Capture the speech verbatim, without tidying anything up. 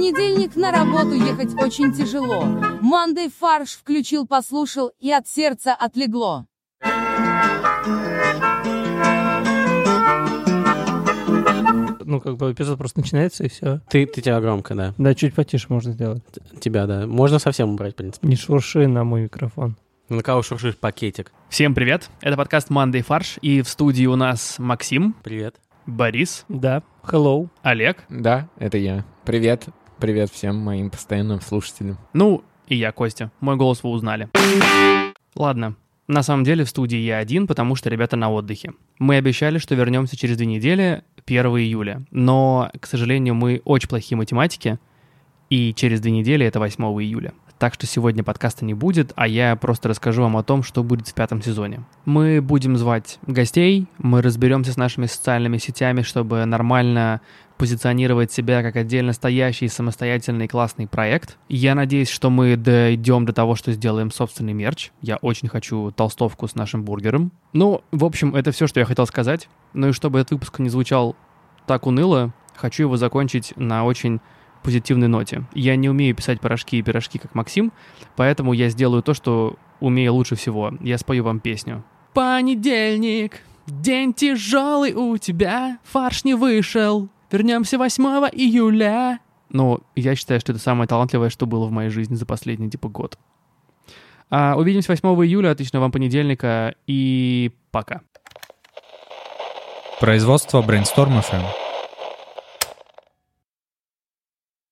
понедельник на работу ехать очень тяжело. Monday фарш включил, послушал, и от сердца отлегло. Ну, как бы эпизод просто начинается, и все. Ты, ты тебя громко, да. Да, чуть потише можно сделать. Т- Тебя, да. Можно совсем убрать, в принципе. Не шурши на мой микрофон. На кого шуршишь пакетик? Всем привет, это подкаст Monday фарш, и в студии у нас Максим, Привет. Борис, Да, hello. Олег, Да, это я. Привет. Привет всем моим постоянным слушателям. ну и я, Костя. Мой голос вы узнали. Ладно, на самом деле в студии я один, потому что ребята на отдыхе. Мы обещали, что вернемся через две недели, первого июля, но, к сожалению, мы очень плохие математики, и через две недели это восьмого июля. Так что сегодня подкаста не будет, а я просто расскажу вам о том, что будет в пятом сезоне. Мы будем звать гостей, мы разберемся с нашими социальными сетями, чтобы нормально позиционировать себя как отдельно стоящий, самостоятельный классный проект. Я надеюсь, что мы дойдем до того, что сделаем собственный мерч. Я очень хочу толстовку с нашим бургером. Ну, в общем, это все, что я хотел сказать. Ну и чтобы этот выпуск не звучал так уныло, хочу его закончить на очень позитивной ноте. Я не умею писать порошки и пирожки, как Максим, поэтому я сделаю то, что умею лучше всего. Я спою вам песню. Понедельник, день тяжелый у тебя, фарш не вышел, вернемся восьмого июля. Ну, я считаю, что это самое талантливое, что было в моей жизни за последний, типа, год. А, увидимся восьмого июля, отличного вам понедельника и пока. Производство Brainstorm эф эм.